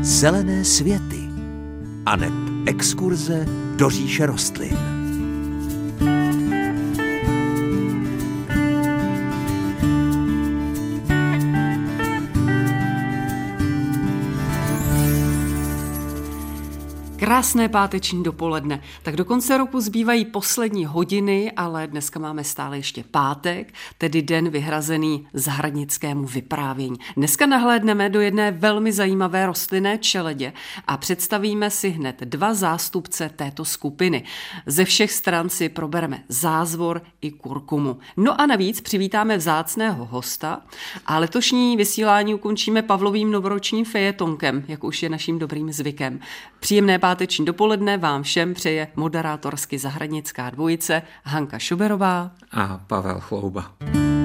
Zelené světy aneb exkurze do říše rostlin. Krásné páteční dopoledne. Tak do konce roku zbývají poslední hodiny, ale dneska máme stále ještě pátek, tedy den vyhrazený zahradnickému vyprávění. Dneska nahlédneme do jedné velmi zajímavé rostlinné čeledě a představíme si hned dva zástupce této skupiny. Ze všech stran si probereme zázvor i kurkumu. No a navíc přivítáme vzácného hosta a letošní vysílání ukončíme Pavlovým novoročním fejetonkem, jak už je naším dobrým zvykem. Příjemné páteční dopoledne vám všem přeje moderátorsky zahradnická dvojice Hanka Šuberová a Pavel Chlouba.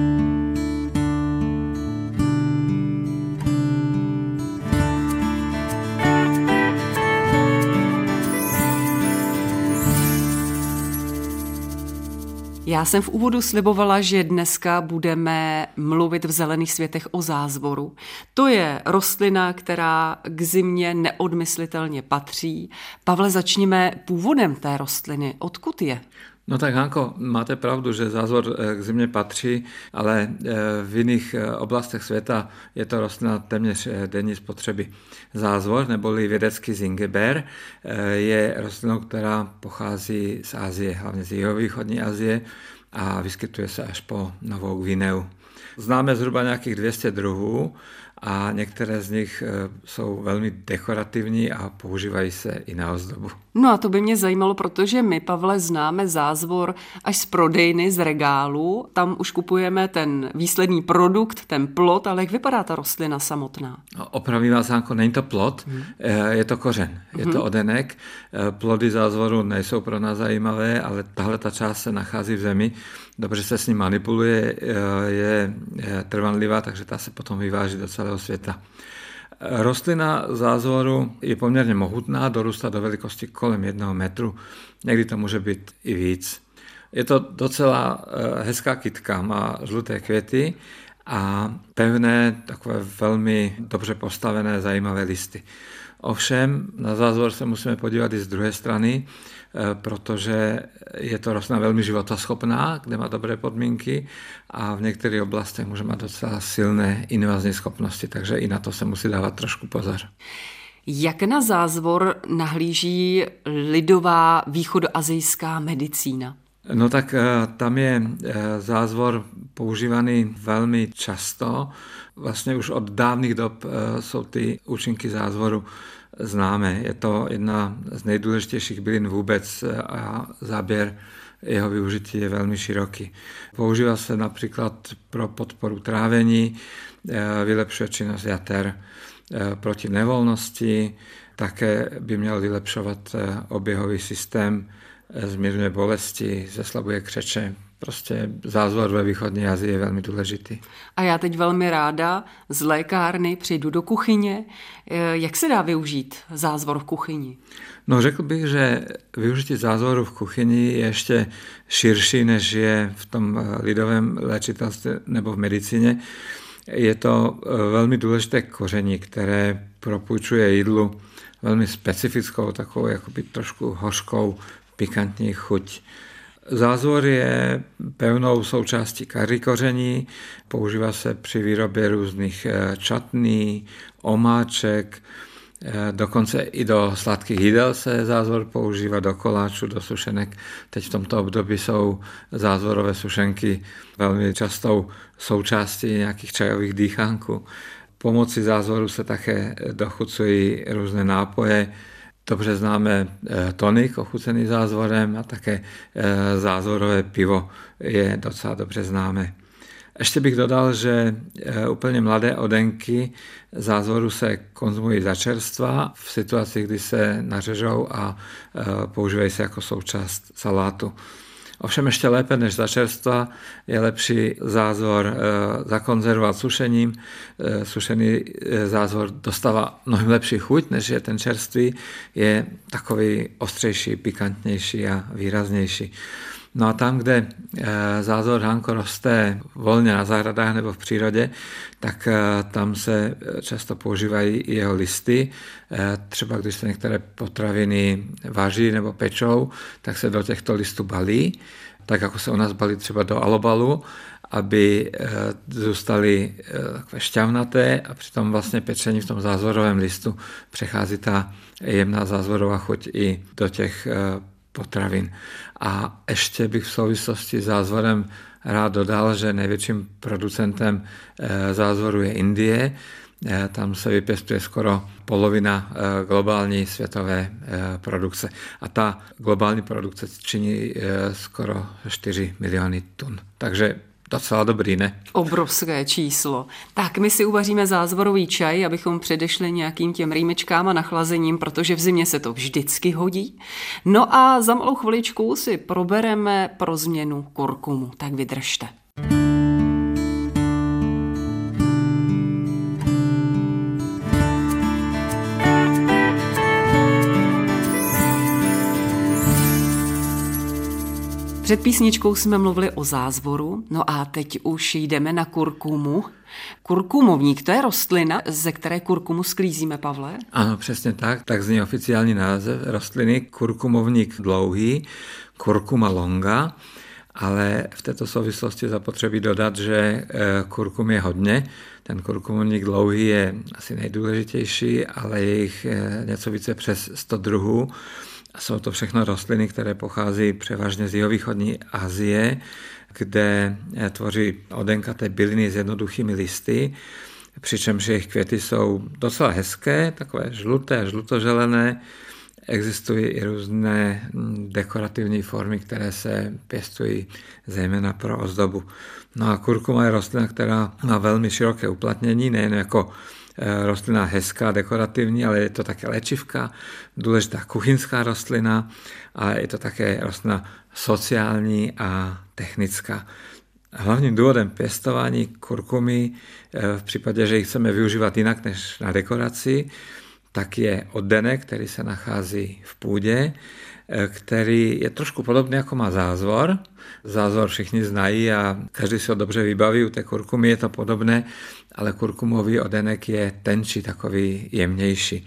Já jsem v úvodu slibovala, že dneska budeme mluvit v Zelených světech o zázvoru. To je rostlina, která k zimě neodmyslitelně patří. Pavle, začněme původem té rostliny. Odkud je? No tak, Hanko, máte pravdu, že zázvor k zimě patří, ale v jiných oblastech světa je to rostlina téměř denní spotřeby. Zázvor, neboli vědecký zingeber, je rostlinou, která pochází z Asie, hlavně z jihovýchodní Asie a vyskytuje se až po Novou Guineu. Známe zhruba nějakých 200 druhů a některé z nich jsou velmi dekorativní a používají se i na ozdobu. No a to by mě zajímalo, protože my, Pavle, známe zázvor až z prodejny, z regálu. Tam už kupujeme ten výsledný produkt, ten plod, ale jak vypadá ta rostlina samotná? Opravím vás, Hanko, není to plod, je to kořen, je to odenek. Plody zázvoru nejsou pro nás zajímavé, ale tahle ta část se nachází v zemi. Dobře se s ním manipuluje, je trvanlivá, takže ta se potom vyváží do celého světa. Rostlina zázvoru je poměrně mohutná, dorůstá do velikosti kolem 1 metru, někdy to může být i víc. Je to docela hezká kytka, má žluté květy a pevné, takové velmi dobře postavené, zajímavé listy. Ovšem na zázvor se musíme podívat i z druhé strany, protože je to rostlina velmi životaschopná, kde má dobré podmínky a v některých oblastech může mít docela silné invazní schopnosti, takže i na to se musí dávat trošku pozor. Jak na zázvor nahlíží lidová východoazijská medicína? No tak tam je zázvor používaný velmi často. Vlastně už od dávných dob jsou ty účinky zázvoru známé. Je to jedna z nejdůležitějších bylin vůbec a záběr jeho využití je velmi široký. Používá se například pro podporu trávení, vylepšuje činnost jater, proti nevolnosti, také by měl vylepšovat oběhový systém, zmírňuje bolesti, zeslabuje křeče. Prostě zázvor ve východní Asii je velmi důležitý. A já teď velmi ráda z lékárny přijdu do kuchyně. Jak se dá využít zázvor v kuchyni? No, řekl bych, že využití zázvoru v kuchyni je ještě širší, než je v tom lidovém léčitelství nebo v medicíně. Je to velmi důležité koření, které propůjčuje jídlu velmi specifickou, takovou jakoby trošku hořkou, pikantní chuť. Zázvor je pevnou součástí curry koření, používá se při výrobě různých čatní, omáček, dokonce i do sladkých jídel se zázvor používá, do koláčů, do sušenek. Teď v tomto období jsou zázvorové sušenky velmi častou součástí nějakých čajových dýchánků. Pomocí zázvoru se také dochucují různé nápoje. Dobře známe tonik ochucený zázvorem a také zázvorové pivo je docela dobře známé. Ještě bych dodal, že úplně mladé odenky zázvoru se konzumují za čerstva v situaci, kdy se nařežou a používají se jako součást salátu. Ovšem ještě lépe než za čerstva je lepší zázvor zakonzervovat sušením. Sušený zázvor dostává mnohem lepší chuť, než je ten čerstvý. Je takový ostřejší, pikantnější a výraznější. No a tam, kde zázvor hánko roste volně na zahradách nebo v přírodě, tak tam se často používají jeho listy. Třeba když se některé potraviny vaří nebo pečou, tak se do těchto listů balí, tak jako se u nás balí třeba do alobalu, aby zůstaly takové šťavnaté a přitom vlastně pečení v tom zázvorovém listu přechází ta jemná zázvorová chuť i do těch potravin. A ještě bych v souvislosti s zázvorem rád dodal, že největším producentem zázvoru je Indie. Tam se vypěstuje skoro polovina globální světové produkce. A ta globální produkce činí skoro 4 miliony tun. Takže docela dobrý, ne? Obrovské číslo. Tak my si uvaříme zázvorový čaj, abychom předešli nějakým těm rýmečkám a nachlazením, protože v zimě se to vždycky hodí. No a za malou chviličku si probereme pro změnu kurkumu. Tak vydržte. Před písničkou jsme mluvili o zázvoru, no a teď už jdeme na kurkumu. Kurkumovník, to je rostlina, ze které kurkumu sklízíme, Pavle? Ano, přesně tak. Tak zní oficiální název rostliny kurkumovník dlouhý, Curcuma longa, ale v této souvislosti zapotřebí dodat, že kurkum je hodně. Ten kurkumovník dlouhý je asi nejdůležitější, ale je jich něco více přes 100 druhů. Jsou to všechno rostliny, které pochází převážně z jihovýchodní Asie, kde tvoří odenkaté byliny s jednoduchými listy, přičemž jejich květy jsou docela hezké, takové žluté, žlutoželené. Existují i různé dekorativní formy, které se pěstují zejména pro ozdobu. No a kurkuma je rostlina, která má velmi široké uplatnění, nejen jako rostlina hezká, dekorativní, ale je to také léčivka, důležitá kuchyňská rostlina, ale je to také rostlina sociální a technická. Hlavním důvodem pěstování kurkumy v případě, že ji chceme využívat jinak než na dekoraci, tak je oddenek, který se nachází v půdě, který je trošku podobný, jako má zázvor. Zázvor všichni znají a každý si ho dobře vybaví. U té kurkumy je to podobné, ale kurkumový oddenek je tenčí, takový jemnější.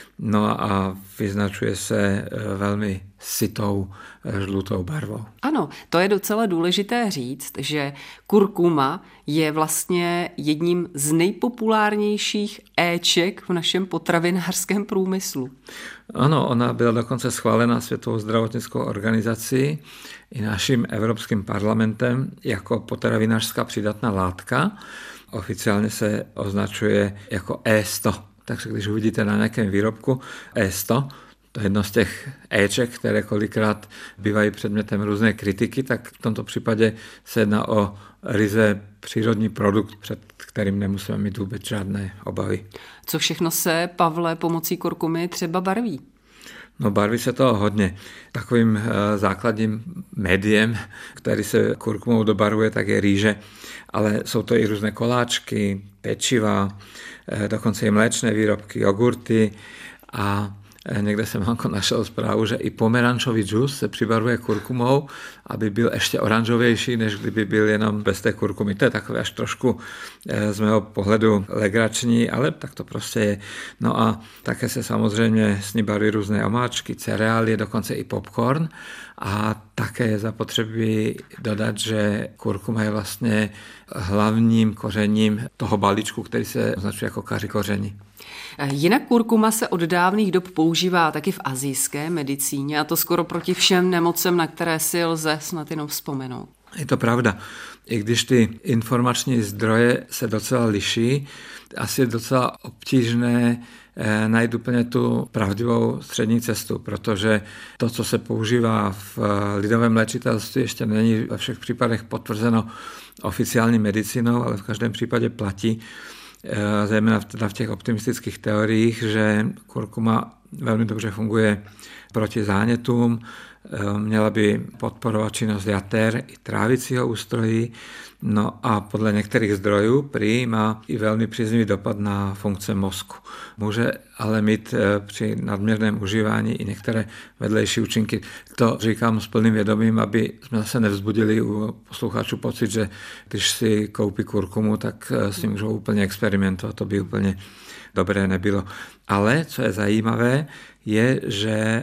No a vyznačuje se velmi sytou žlutou barvou. Ano, to je docela důležité říct, že kurkuma je vlastně jedním z nejpopulárnějších éček v našem potravinářském průmyslu. Ano, ona byla dokonce schválena Světovou zdravotnickou organizací i naším Evropským parlamentem jako potravinářská přidatná látka. Oficiálně se označuje jako E100. Takže když uvidíte na nějakém výrobku E100, to je jedno z těch éček, které kolikrát bývají předmětem různé kritiky, tak v tomto případě se jedná o ryze přírodní produkt, před kterým nemusíme mít vůbec žádné obavy. Co všechno se, Pavle, pomocí kurkumy třeba barví? No barví se toho hodně. Takovým základním médiem, který se kurkumou dobarvuje, tak je rýže, ale jsou to i různé koláčky, pečiva, dokonce i mléčné výrobky, jogurty a někde jsem našel zprávu, že i pomerančový džus se přibarvuje kurkumou, aby byl ještě oranžovější, než kdyby byl jenom bez té kurkumy. To je takové až trošku z mého pohledu legrační, ale tak to prostě je. No a také se samozřejmě s ní barví různé omáčky, cereálie, dokonce i popcorn. A také je zapotřebí dodat, že kurkuma je vlastně hlavním kořením toho balíčku, který se označuje jako kaři koření. Jinak kurkuma se od dávných dob používá taky v asijské medicíně, a to skoro proti všem nemocem, na které si lze snad jenom vzpomenout. Je to pravda. I když ty informační zdroje se docela liší, asi je docela obtížné najít úplně tu pravdivou střední cestu, protože to, co se používá v lidovém léčitelství, ještě není ve všech případech potvrzeno oficiální medicínou, ale v každém případě platí, zejména v těch optimistických teoriích, že kurkuma velmi dobře funguje proti zánětům, měla by podporovat činnost jater i trávicího ústrojí, No a podle některých zdrojů prý má i velmi příznivý dopad na funkce mozku. Může ale mít při nadměrném užívání i některé vedlejší účinky. To říkám s plným vědomím, aby jsme zase nevzbudili u posluchačů pocit, že když si koupí kurkumu, tak s tím můžou úplně experimentovat. To by úplně dobré nebylo. Ale co je zajímavé, je, že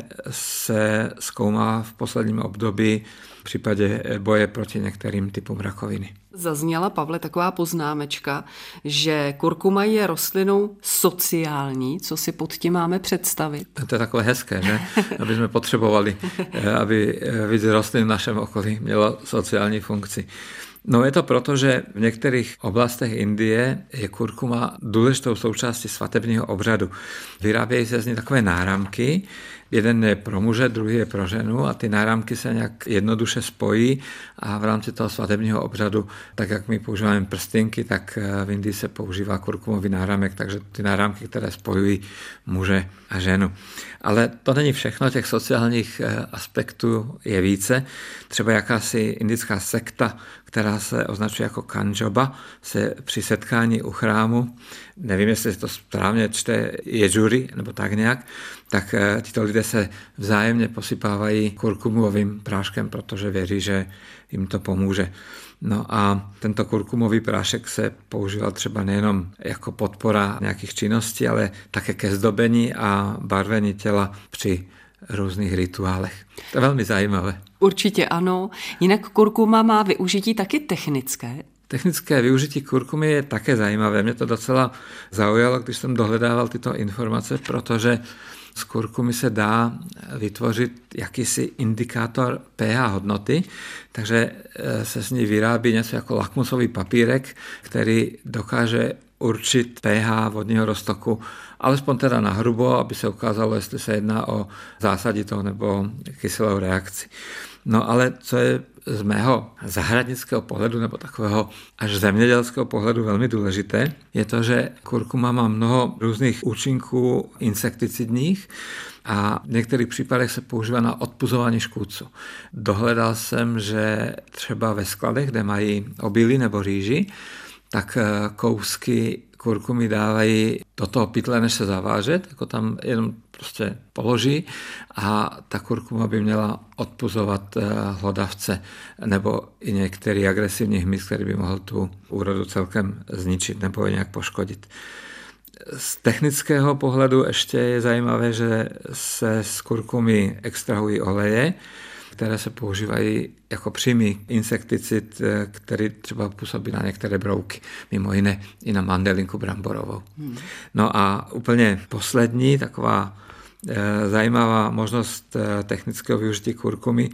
se zkoumá v posledním období v případě boje proti některým typům rakoviny. Zazněla, Pavle, taková poznámečka, že kurkuma je rostlinou sociální. Co si pod tím máme představit? To je takové hezké, že? Aby jsme potřebovali, aby víc rostlin v našem okolí mělo sociální funkci. No je to proto, že v některých oblastech Indie je kurkuma důležitou součástí svatebního obřadu. Vyrábějí se z ní takové náramky, jeden je pro muže, druhý je pro ženu a ty náramky se nějak jednoduše spojí a v rámci toho svatebního obřadu, tak jak my používáme prstinky, tak v Indii se používá kurkumový náramek, takže ty náramky, které spojují muže a ženu. Ale to není všechno, těch sociálních aspektů je více. Třeba jakási indická sekta, která se označuje jako Kanjoba, se při setkání u chrámu, nevím, jestli to správně čte Jejuri, nebo tak nějak, tak tito lidé se vzájemně posypávají kurkumovým práškem, protože věří, že jim to pomůže. No a tento kurkumový prášek se používal třeba nejenom jako podpora nějakých činností, ale také ke zdobení a barvení těla při různých rituálech. To je velmi zajímavé. Určitě ano. Jinak kurkuma má využití taky technické. Technické využití kurkumy je také zajímavé. Mě to docela zaujalo, když jsem dohledával tyto informace, protože z kurkumy se dá vytvořit jakýsi indikátor pH hodnoty, takže se z ní vyrábí něco jako lakmusový papírek, který dokáže určit pH vodního roztoku, alespoň teda nahrubo, aby se ukázalo, jestli se jedná o zásaditou nebo kyselou reakci. No ale co je z mého zahradnického pohledu nebo takového až zemědělského pohledu velmi důležité, je to, že kurkuma má mnoho různých účinků insekticidních a v některých případech se používá na odpuzování škůdců. Dohledal jsem, že třeba ve skladech, kde mají obilí nebo rýži, tak kousky kurkumy dávají do toho pytle, než se zavážet, jako tam jenom prostě položí a ta kurkuma by měla odpuzovat hlodavce nebo i některý agresivní hmyz, který by mohl tu úrodu celkem zničit nebo nějak poškodit. Z technického pohledu ještě je zajímavé, že se z kurkumy extrahují oleje, které se používají jako přímý insekticid, který třeba působí na některé brouky, mimo jiné i na mandelinku bramborovou. No a úplně poslední taková zajímavá možnost technického využití kurkumy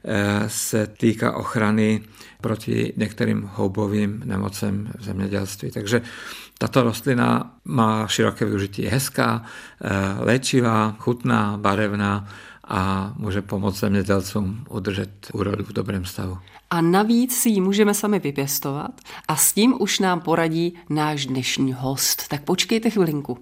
se týká ochrany proti některým houbovým nemocem v zemědělství. Takže tato rostlina má široké využití. Je hezká, léčivá, chutná, barevná a může pomoct zemědělcům udržet úrodu v dobrém stavu. A navíc si ji můžeme sami vypěstovat a s tím už nám poradí náš dnešní host. Tak počkejte chvilinku.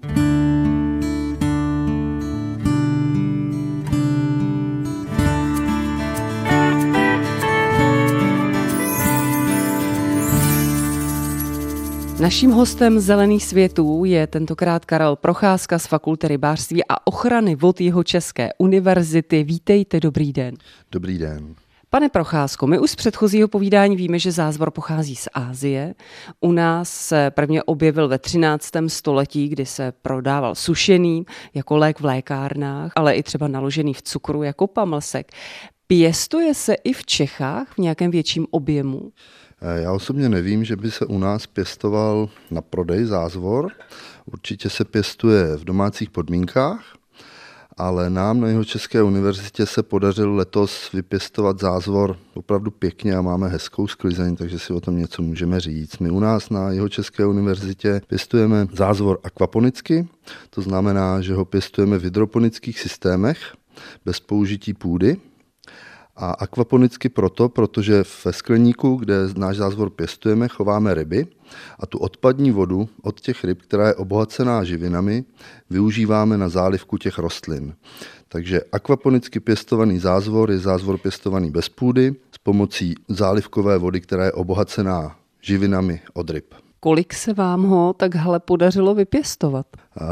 Naším hostem Zelených světů je tentokrát Karel Procházka z Fakulty rybářství a ochrany vod Jihočeské univerzity. Vítejte, dobrý den. Dobrý den. Pane Procházko, my už z předchozího povídání víme, že zázvor pochází z Asie. U nás se prvně objevil ve 13. století, kdy se prodával sušený jako lék v lékárnách, ale i třeba naložený v cukru jako pamlsek. Pěstuje se i v Čechách v nějakém větším objemu? Já osobně nevím, že by se u nás pěstoval na prodej zázvor. Určitě se pěstuje v domácích podmínkách, ale nám na Jihočeské univerzitě se podařilo letos vypěstovat zázvor opravdu pěkně a máme hezkou sklizeň, takže si o tom něco můžeme říct. My u nás na Jihočeské univerzitě pěstujeme zázvor akvaponicky, to znamená, že ho pěstujeme v hydroponických systémech bez použití půdy. A akvaponicky protože ve skleníku, kde náš zázvor pěstujeme, chováme ryby a tu odpadní vodu od těch ryb, která je obohacená živinami, využíváme na zálivku těch rostlin. Takže akvaponicky pěstovaný zázvor je zázvor pěstovaný bez půdy s pomocí zálivkové vody, která je obohacená živinami od ryb. Kolik se vám ho takhle podařilo vypěstovat?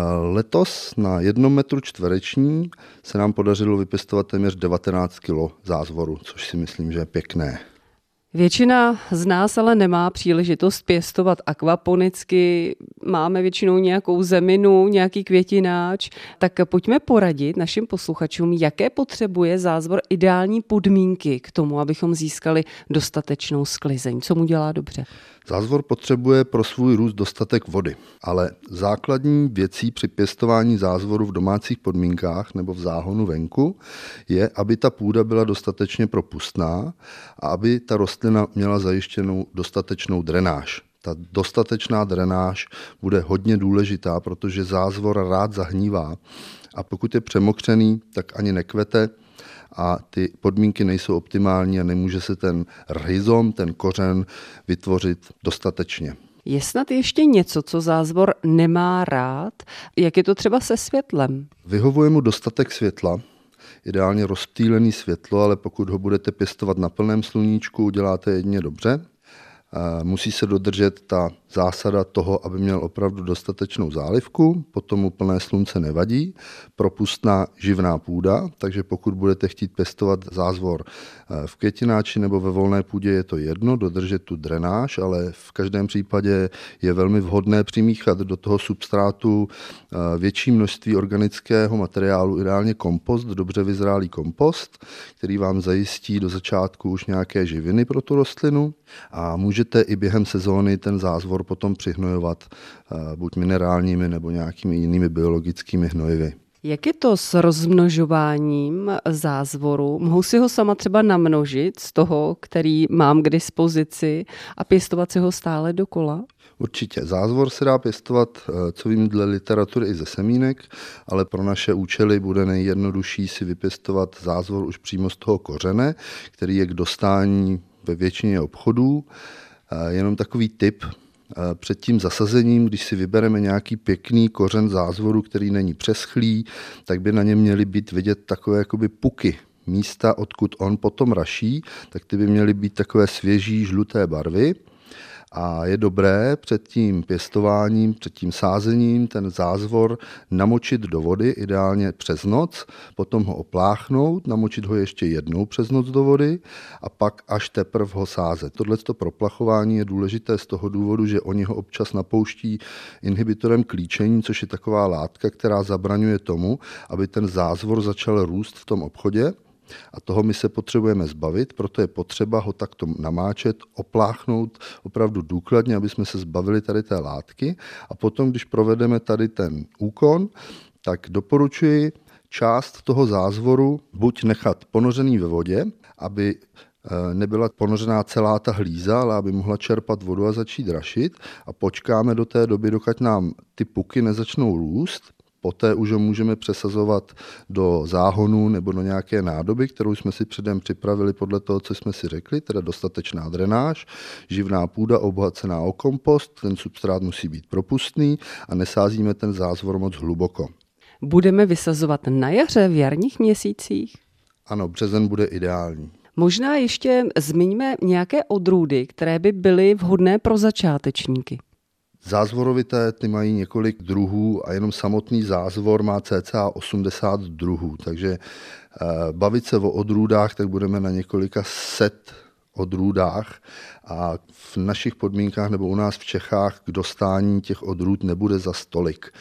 Letos na 1 metru čtvereční se nám podařilo vypěstovat téměř 19 kg zázvoru, což si myslím, že je pěkné. Většina z nás ale nemá příležitost pěstovat akvaponicky, máme většinou nějakou zeminu, nějaký květináč, tak pojďme poradit našim posluchačům, jaké potřebuje zázvor ideální podmínky k tomu, abychom získali dostatečnou sklizeň. Co mu dělá dobře? Zázvor potřebuje pro svůj růst dostatek vody, ale základní věcí při pěstování zázvoru v domácích podmínkách nebo v záhonu venku je, aby ta půda byla dostatečně propustná a aby ta rostlina měla zajištěnou dostatečnou drenáž. Ta dostatečná drenáž bude hodně důležitá, protože zázvor rád zahnívá a pokud je přemokřený, tak ani nekvete a ty podmínky nejsou optimální a nemůže se ten rhizom, ten kořen vytvořit dostatečně. Je snad ještě něco, co zázvor nemá rád? Jak je to třeba se světlem? Vyhovuje mu dostatek světla, ideálně rozptýlený světlo, ale pokud ho budete pěstovat na plném sluníčku, uděláte jedině dobře. Musí se dodržet ta zásada toho, aby měl opravdu dostatečnou zálivku, potom mu plné slunce nevadí, propustná živná půda, takže pokud budete chtít pěstovat zázvor v květináči nebo ve volné půdě, je to jedno, dodržet tu drenáž, ale v každém případě je velmi vhodné přimíchat do toho substrátu větší množství organického materiálu, ideálně kompost, dobře vyzrálý kompost, který vám zajistí do začátku už nějaké živiny pro tu rostlinu a můžete i během sezóny ten zázvor potom přihnojovat buď minerálními nebo nějakými jinými biologickými hnojivy. Jak je to s rozmnožováním zázvoru? Mohu si ho sama třeba namnožit z toho, který mám k dispozici a pěstovat si ho stále dokola? Určitě. Zázvor se dá pěstovat, co vím, dle literatury i ze semínek, ale pro naše účely bude nejjednodušší si vypěstovat zázvor už přímo z toho kořene, který je k dostání ve většině obchodů. Jenom takový tip, před tím zasazením, když si vybereme nějaký pěkný kořen zázvoru, který není přeschlý, tak by na něm měly být vidět takové jakoby puky. Místa, odkud on potom raší, tak ty by měly být takové svěží žluté barvy. A je dobré před tím pěstováním, před tím sázením ten zázvor namočit do vody, ideálně přes noc, potom ho opláchnout, namočit ho ještě jednou přes noc do vody a pak až teprve ho sázet. Tohleto proplachování je důležité z toho důvodu, že oni ho občas napouští inhibitorem klíčení, což je taková látka, která zabraňuje tomu, aby ten zázvor začal růst v tom obchodě. A toho my se potřebujeme zbavit, proto je potřeba ho takto namáčet, opláchnout opravdu důkladně, aby jsme se zbavili tady té látky. A potom, když provedeme tady ten úkon, tak doporučuji část toho zázvoru buď nechat ponořený ve vodě, aby nebyla ponořená celá ta hlíza, ale aby mohla čerpat vodu a začít rašit. A počkáme do té doby, dokud nám ty puky nezačnou růst. Poté už ho můžeme přesazovat do záhonu nebo do nějaké nádoby, kterou jsme si předem připravili podle toho, co jsme si řekli, teda dostatečná drenáž, živná půda obohacená o kompost, ten substrát musí být propustný a nesázíme ten zázvor moc hluboko. Budeme vysazovat na jaře, v jarních měsících? Ano, březen bude ideální. Možná ještě zmiňme nějaké odrůdy, které by byly vhodné pro začátečníky. Zázvorovité ty mají několik druhů a jenom samotný zázvor má cca 80 druhů, takže bavit se o odrůdách, tak budeme na několika set odrůdách a v našich podmínkách nebo u nás v Čechách k dostání těch odrůd nebude za stolik.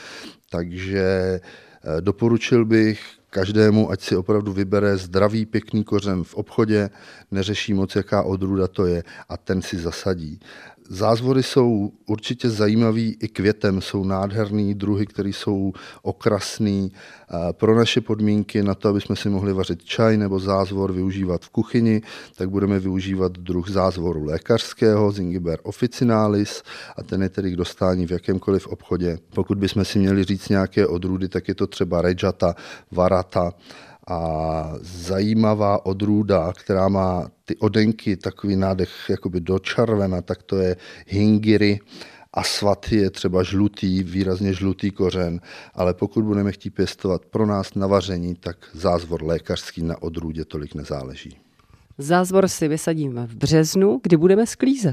Takže doporučil bych každému, ať si opravdu vybere zdravý, pěkný kořen v obchodě, neřeší moc, jaká odrůda to je a ten si zasadí. Zázvory jsou určitě zajímavý i květem, jsou nádherný druhy, které jsou okrasný. Pro naše podmínky na to, aby jsme si mohli vařit čaj nebo zázvor využívat v kuchyni, tak budeme využívat druh zázvoru lékařského, Zingiber officinalis, a ten je tedy k dostání v jakémkoliv obchodě. Pokud bychom si měli říct nějaké odrůdy, tak je to třeba rejata, varata. A zajímavá odrůda, která má ty odenky, takový nádech jakoby do červena, tak to je hingiri. Asvat je třeba žlutý, výrazně žlutý kořen, ale pokud budeme chtít pěstovat pro nás na vaření, tak zázvor lékařský na odrůdě tolik nezáleží. Zázvor si vysadíme v březnu, kdy budeme sklízet.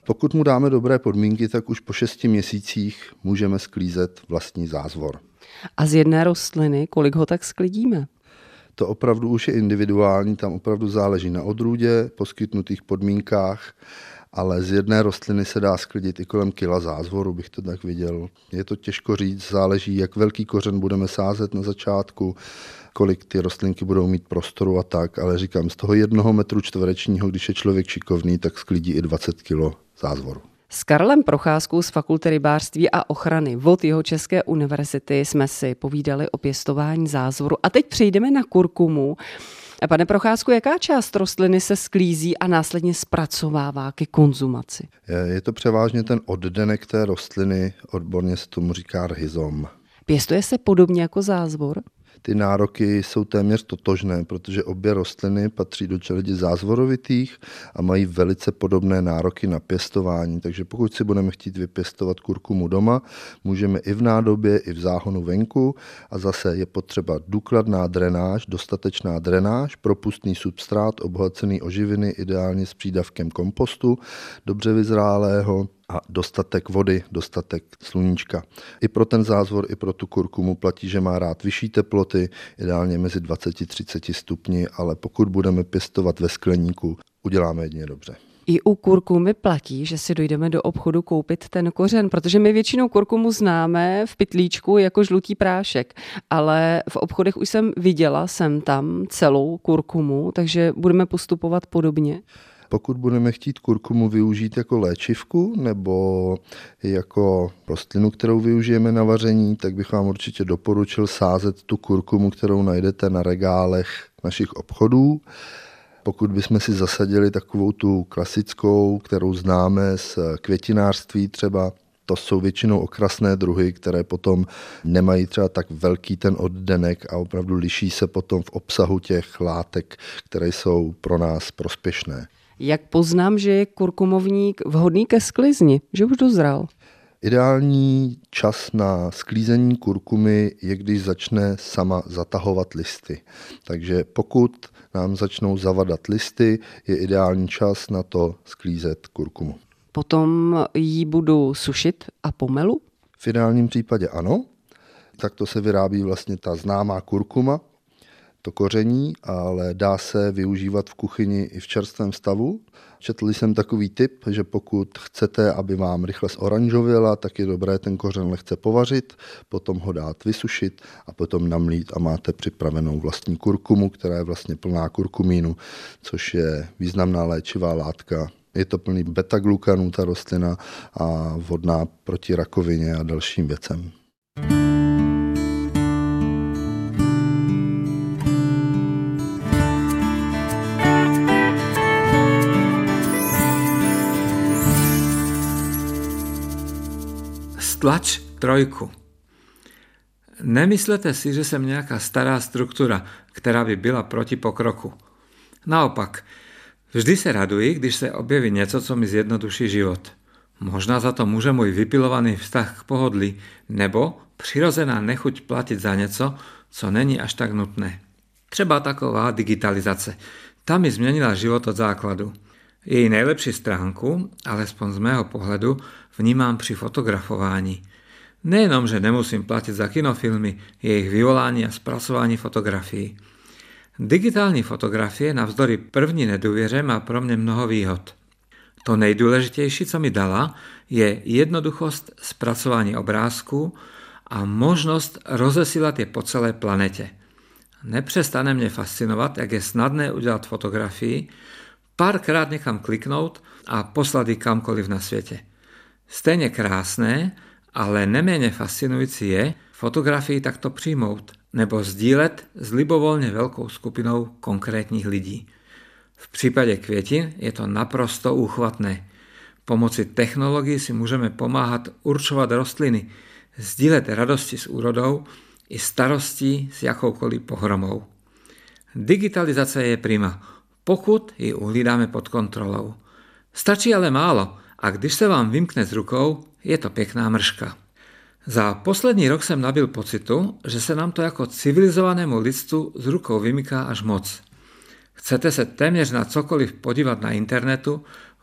Pokud mu dáme dobré podmínky, tak už po 6 měsících můžeme sklízet vlastní zázvor. A z jedné rostliny, kolik ho tak sklidíme? To opravdu už je individuální, tam opravdu záleží na odrůdě, poskytnutých podmínkách, ale z jedné rostliny se dá sklidit i kolem kila zázvoru, bych to tak viděl. Je to těžko říct, záleží, jak velký kořen budeme sázet na začátku, kolik ty rostlinky budou mít prostoru a tak, ale říkám, z toho 1 metru čtverečního, když je člověk šikovný, tak sklidí i 20 kilo zázvoru. S Karlem Procházkou z Fakulty rybářství a ochrany vod Jihočeské univerzity jsme si povídali o pěstování zázvoru. A teď přejdeme na kurkumu. Pane Procházku, jaká část rostliny se sklízí a následně zpracovává ke konzumaci? Je to převážně ten oddenek té rostliny, odborně se tomu říká rhizom. Pěstuje se podobně jako zázvor? Ty nároky jsou téměř totožné, protože obě rostliny patří do čeledi zázvorovitých a mají velice podobné nároky na pěstování. Takže pokud si budeme chtít vypěstovat kurkumu doma, můžeme i v nádobě, i v záhonu venku a zase je potřeba důkladná drenáž, dostatečná drenáž, propustný substrát obohacený o živiny, ideálně s přídavkem kompostu, dobře vyzrálého, a dostatek vody, dostatek sluníčka. I pro ten zázvor, i pro tu kurkumu platí, že má rád vyšší teploty, ideálně mezi 20-30 stupni, ale pokud budeme pěstovat ve skleníku, uděláme jedině dobře. I u kurkumy platí, že si dojdeme do obchodu koupit ten kořen, protože my většinou kurkumu známe v pytlíčku jako žlutý prášek, ale v obchodech už jsem viděla sem tam celou kurkumu, takže budeme postupovat podobně. Pokud budeme chtít kurkumu využít jako léčivku nebo jako rostlinu, kterou využijeme na vaření, tak bych vám určitě doporučil sázet tu kurkumu, kterou najdete na regálech našich obchodů. Pokud bychom si zasadili takovou tu klasickou, kterou známe z květinářství třeba, to jsou většinou okrasné druhy, které potom nemají třeba tak velký ten oddenek a opravdu liší se potom v obsahu těch látek, které jsou pro nás prospěšné. Jak poznám, že je kurkumovník vhodný ke sklizni, že už dozrál? Ideální čas na sklízení kurkumy je, když začne sama zatahovat listy. Takže pokud nám začnou zavadat listy, je ideální čas na to sklízet kurkumu. Potom ji budu sušit a pomelu? V ideálním případě ano. Takto se vyrábí vlastně ta známá kurkuma, to koření, ale dá se využívat v kuchyni i v čerstvém stavu. Četl jsem takový tip, že pokud chcete, aby vám rychle zoranžověla, tak je dobré ten kořen lehce povařit, potom ho dát vysušit a potom namlít a máte připravenou vlastní kurkumu, která je vlastně plná kurkumínu, což je významná léčivá látka. Je to plný beta-glukanů, ta rostlina, a vhodná proti rakovině a dalším věcem. Stlač 3. Nemyslete si, že jsem nějaká stará struktura, která by byla proti pokroku. Naopak, vždy se raduji, když se objeví něco, co mi zjednoduší život. Možná za to může můj vypilovaný vztah k pohodlí, nebo přirozená nechuť platit za něco, co není až tak nutné. Třeba taková digitalizace. Ta mi změnila život od základu. Její nejlepší stránku, alespoň z mého pohledu, vnímám při fotografování. Nejenom, že nemusím platit za kinofilmy, jejich vyvolání a spracování fotografií. Digitální fotografie navzdory první nedůvěře má pro mě mnoho výhod. To nejdůležitější, co mi dala, je jednoduchost zpracování obrázků a možnost rozesílat je po celé planetě. Nepřestane mě fascinovat, jak je snadné udělat fotografii, párkrát někam kliknout a poslat ji kamkoliv na světě. Stejně krásné, ale neméně fascinující je fotografii takto přijmout nebo sdílet s libovolně velkou skupinou konkrétních lidí. V případě květin je to naprosto úchvatné. Pomocí technologií si můžeme pomáhat určovat rostliny, sdílet radosti s úrodou i starostí s jakoukoliv pohromou. Digitalizace je prima, pokud ji uhlídáme pod kontrolou. Stačí ale málo a když se vám vymkne z rukou, je to pěkná mrška. Za poslední rok jsem nabyl pocitu, že se nám to jako civilizovanému lidstvu z rukou vymyká až moc. Chcete se téměř na cokoliv podívat na internetu,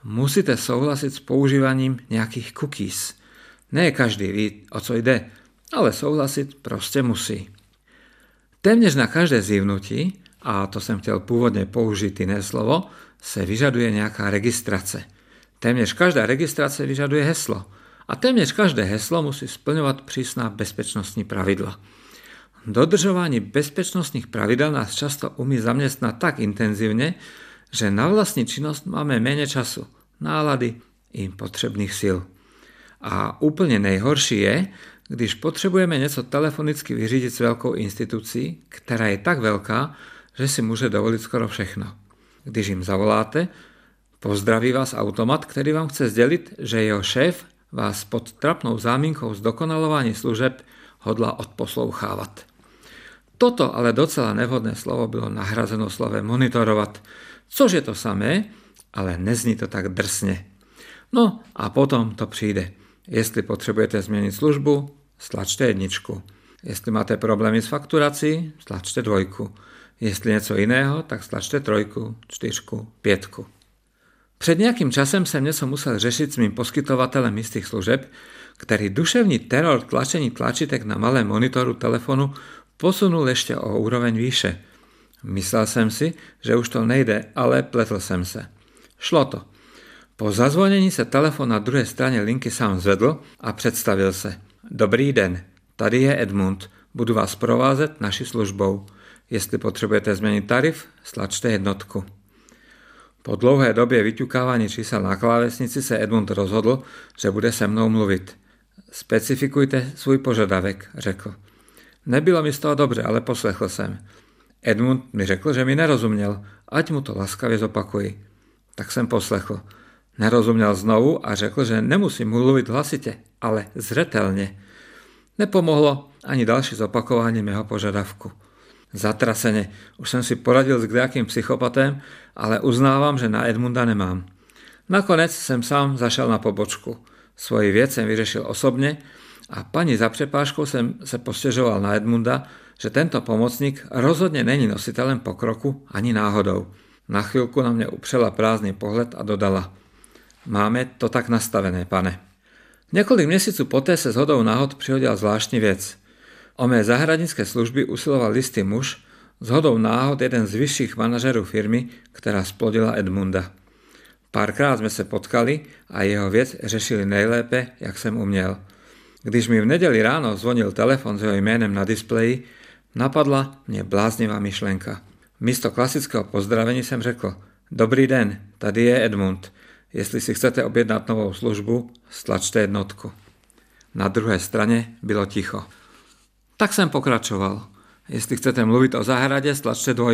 Musíte souhlasit s používaním nějakých cookies. Ne každý ví, o co jde, ale souhlasit prostě musí. Téměř na každé zívnutí, a to jsem chtěl původně použít jiné slovo, se vyžaduje nějaká registrace. Téměř každá registrace vyžaduje heslo. A téměř každé heslo musí splňovat přísná bezpečnostní pravidla. Dodržování bezpečnostních pravidel nás často umí zaměstnat tak intenzivně, že na vlastní činnost máme méně času, nálady i potřebných sil. A úplně nejhorší je, když potřebujeme něco telefonicky vyřídit s velkou institucí, která je tak velká, že si může dovolit skoro všechno. Když jim zavoláte, pozdraví vás automat, který vám chce sdělit, že jeho šéf vás pod trapnou záminkou zdokonalování služeb hodlá odposlouchávat. Toto ale docela nevhodné slovo bylo nahrazeno slovem monitorovat, což je to samé, ale nezní to tak drsně. No a potom to přijde. Jestli potřebujete změnit službu, stlačte 1. Jestli máte problémy s fakturací, stlačte 2. Jestli něco jiného, tak stlačte 3, 4, 5. Před nějakým časem jsem něco musel řešit s mým poskytovatelem jistých služeb, který duševní teror tlačení tlačítek na malém monitoru telefonu posunul ještě o úroveň výše. Myslel jsem si, že už to nejde, ale pletl jsem se. Šlo to. Po zazvonění se telefon na druhé straně linky sám zvedl a představil se. Dobrý den, tady je Edmund, budu vás provázet naší službou. Jestli potřebujete změnit tarif, stlačte 1. Po dlouhé době vyťukávání čísel na klávesnici se Edmund rozhodl, že bude se mnou mluvit. Specifikujte svůj požadavek, řekl. Nebylo mi z toho dobře, ale poslechl jsem. Edmund mi řekl, že mi nerozuměl, ať mu to laskavě zopakuji. Tak jsem poslechl. Nerozuměl znovu a řekl, že nemusím mluvit hlasitě, ale zřetelně. Nepomohlo ani další zopakování mého požadavku. Zatraseně, už jsem si poradil s kdejakým psychopatem, ale uznávám, že na Edmunda nemám. Nakonec jsem sám zašel na pobočku. Svoji věc jsem vyřešil osobně a paní za přepážkou jsem se postěžoval na Edmunda, že tento pomocník rozhodně není nositelem pokroku ani náhodou. Na chvilku na mě upřela prázdný pohled a dodala. Máme to tak nastavené, pane. Několik měsíců poté se shodou náhod přihodila zvláštní věc. O mé zahradnické služby usiloval jistý muž, shodou náhod jeden z vyšších manažerů firmy, která splodila Edmunda. Párkrát jsme se potkali a jeho věc řešili nejlépe, jak jsem uměl. Když mi v neděli ráno zvonil telefon s jeho jménem na displeji, napadla mě bláznivá myšlenka. Místo klasického pozdravení jsem řekl, dobrý den, tady je Edmund. Jestli si chcete objednat novou službu, stlačte 1. Na druhé straně bylo ticho. Tak jsem pokračoval. Jestli chcete mluvit o zahradě, stlačte 2.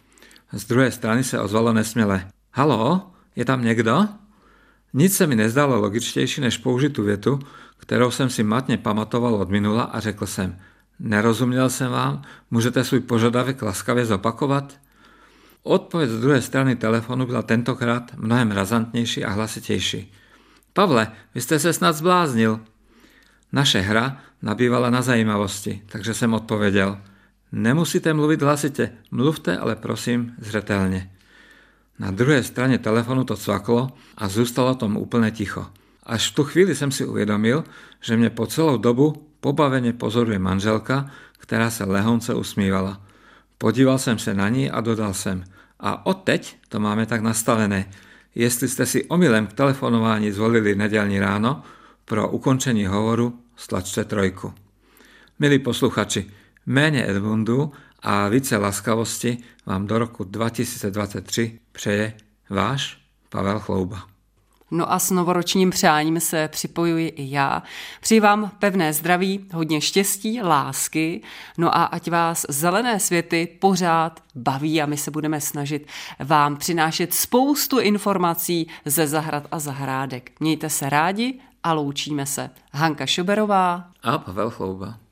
Z druhé strany se ozvalo nesměle. Haló, je tam někdo? Nic se mi nezdalo logičtější, než použít tu větu, kterou jsem si matně pamatoval od minula a řekl jsem. Nerozuměl jsem vám, můžete svůj požadavek laskavě zopakovat? Odpověď z druhé strany telefonu byla tentokrát mnohem razantnější a hlasitější. Pavle, vy jste se snad zbláznil. Naše hra nabývala na zajímavosti, takže jsem odpověděl. Nemusíte mluvit hlasitě, mluvte, ale prosím zřetelně. Na druhé straně telefonu to cvaklo a zůstalo tomu úplně ticho. Až v tu chvíli jsem si uvědomil, že mě po celou dobu pobaveně pozoruje manželka, která se lehonce usmívala. Podíval jsem se na ní a dodal jsem. A odteď to máme tak nastavené. Jestli jste si omylem k telefonování zvolili nedělní ráno, pro ukončení hovoru stlačte 3. Milí posluchači, méně Edmundu a více laskavosti vám do roku 2023 přeje váš Pavel Chlouba. No a s novoročním přáním se připojuji i já. Přeji vám pevné zdraví, hodně štěstí, lásky, no a ať vás zelené světy pořád baví a my se budeme snažit vám přinášet spoustu informací ze zahrad a zahrádek. Mějte se rádi a loučíme se. Hanka Šoberová a Pavel Chlouba.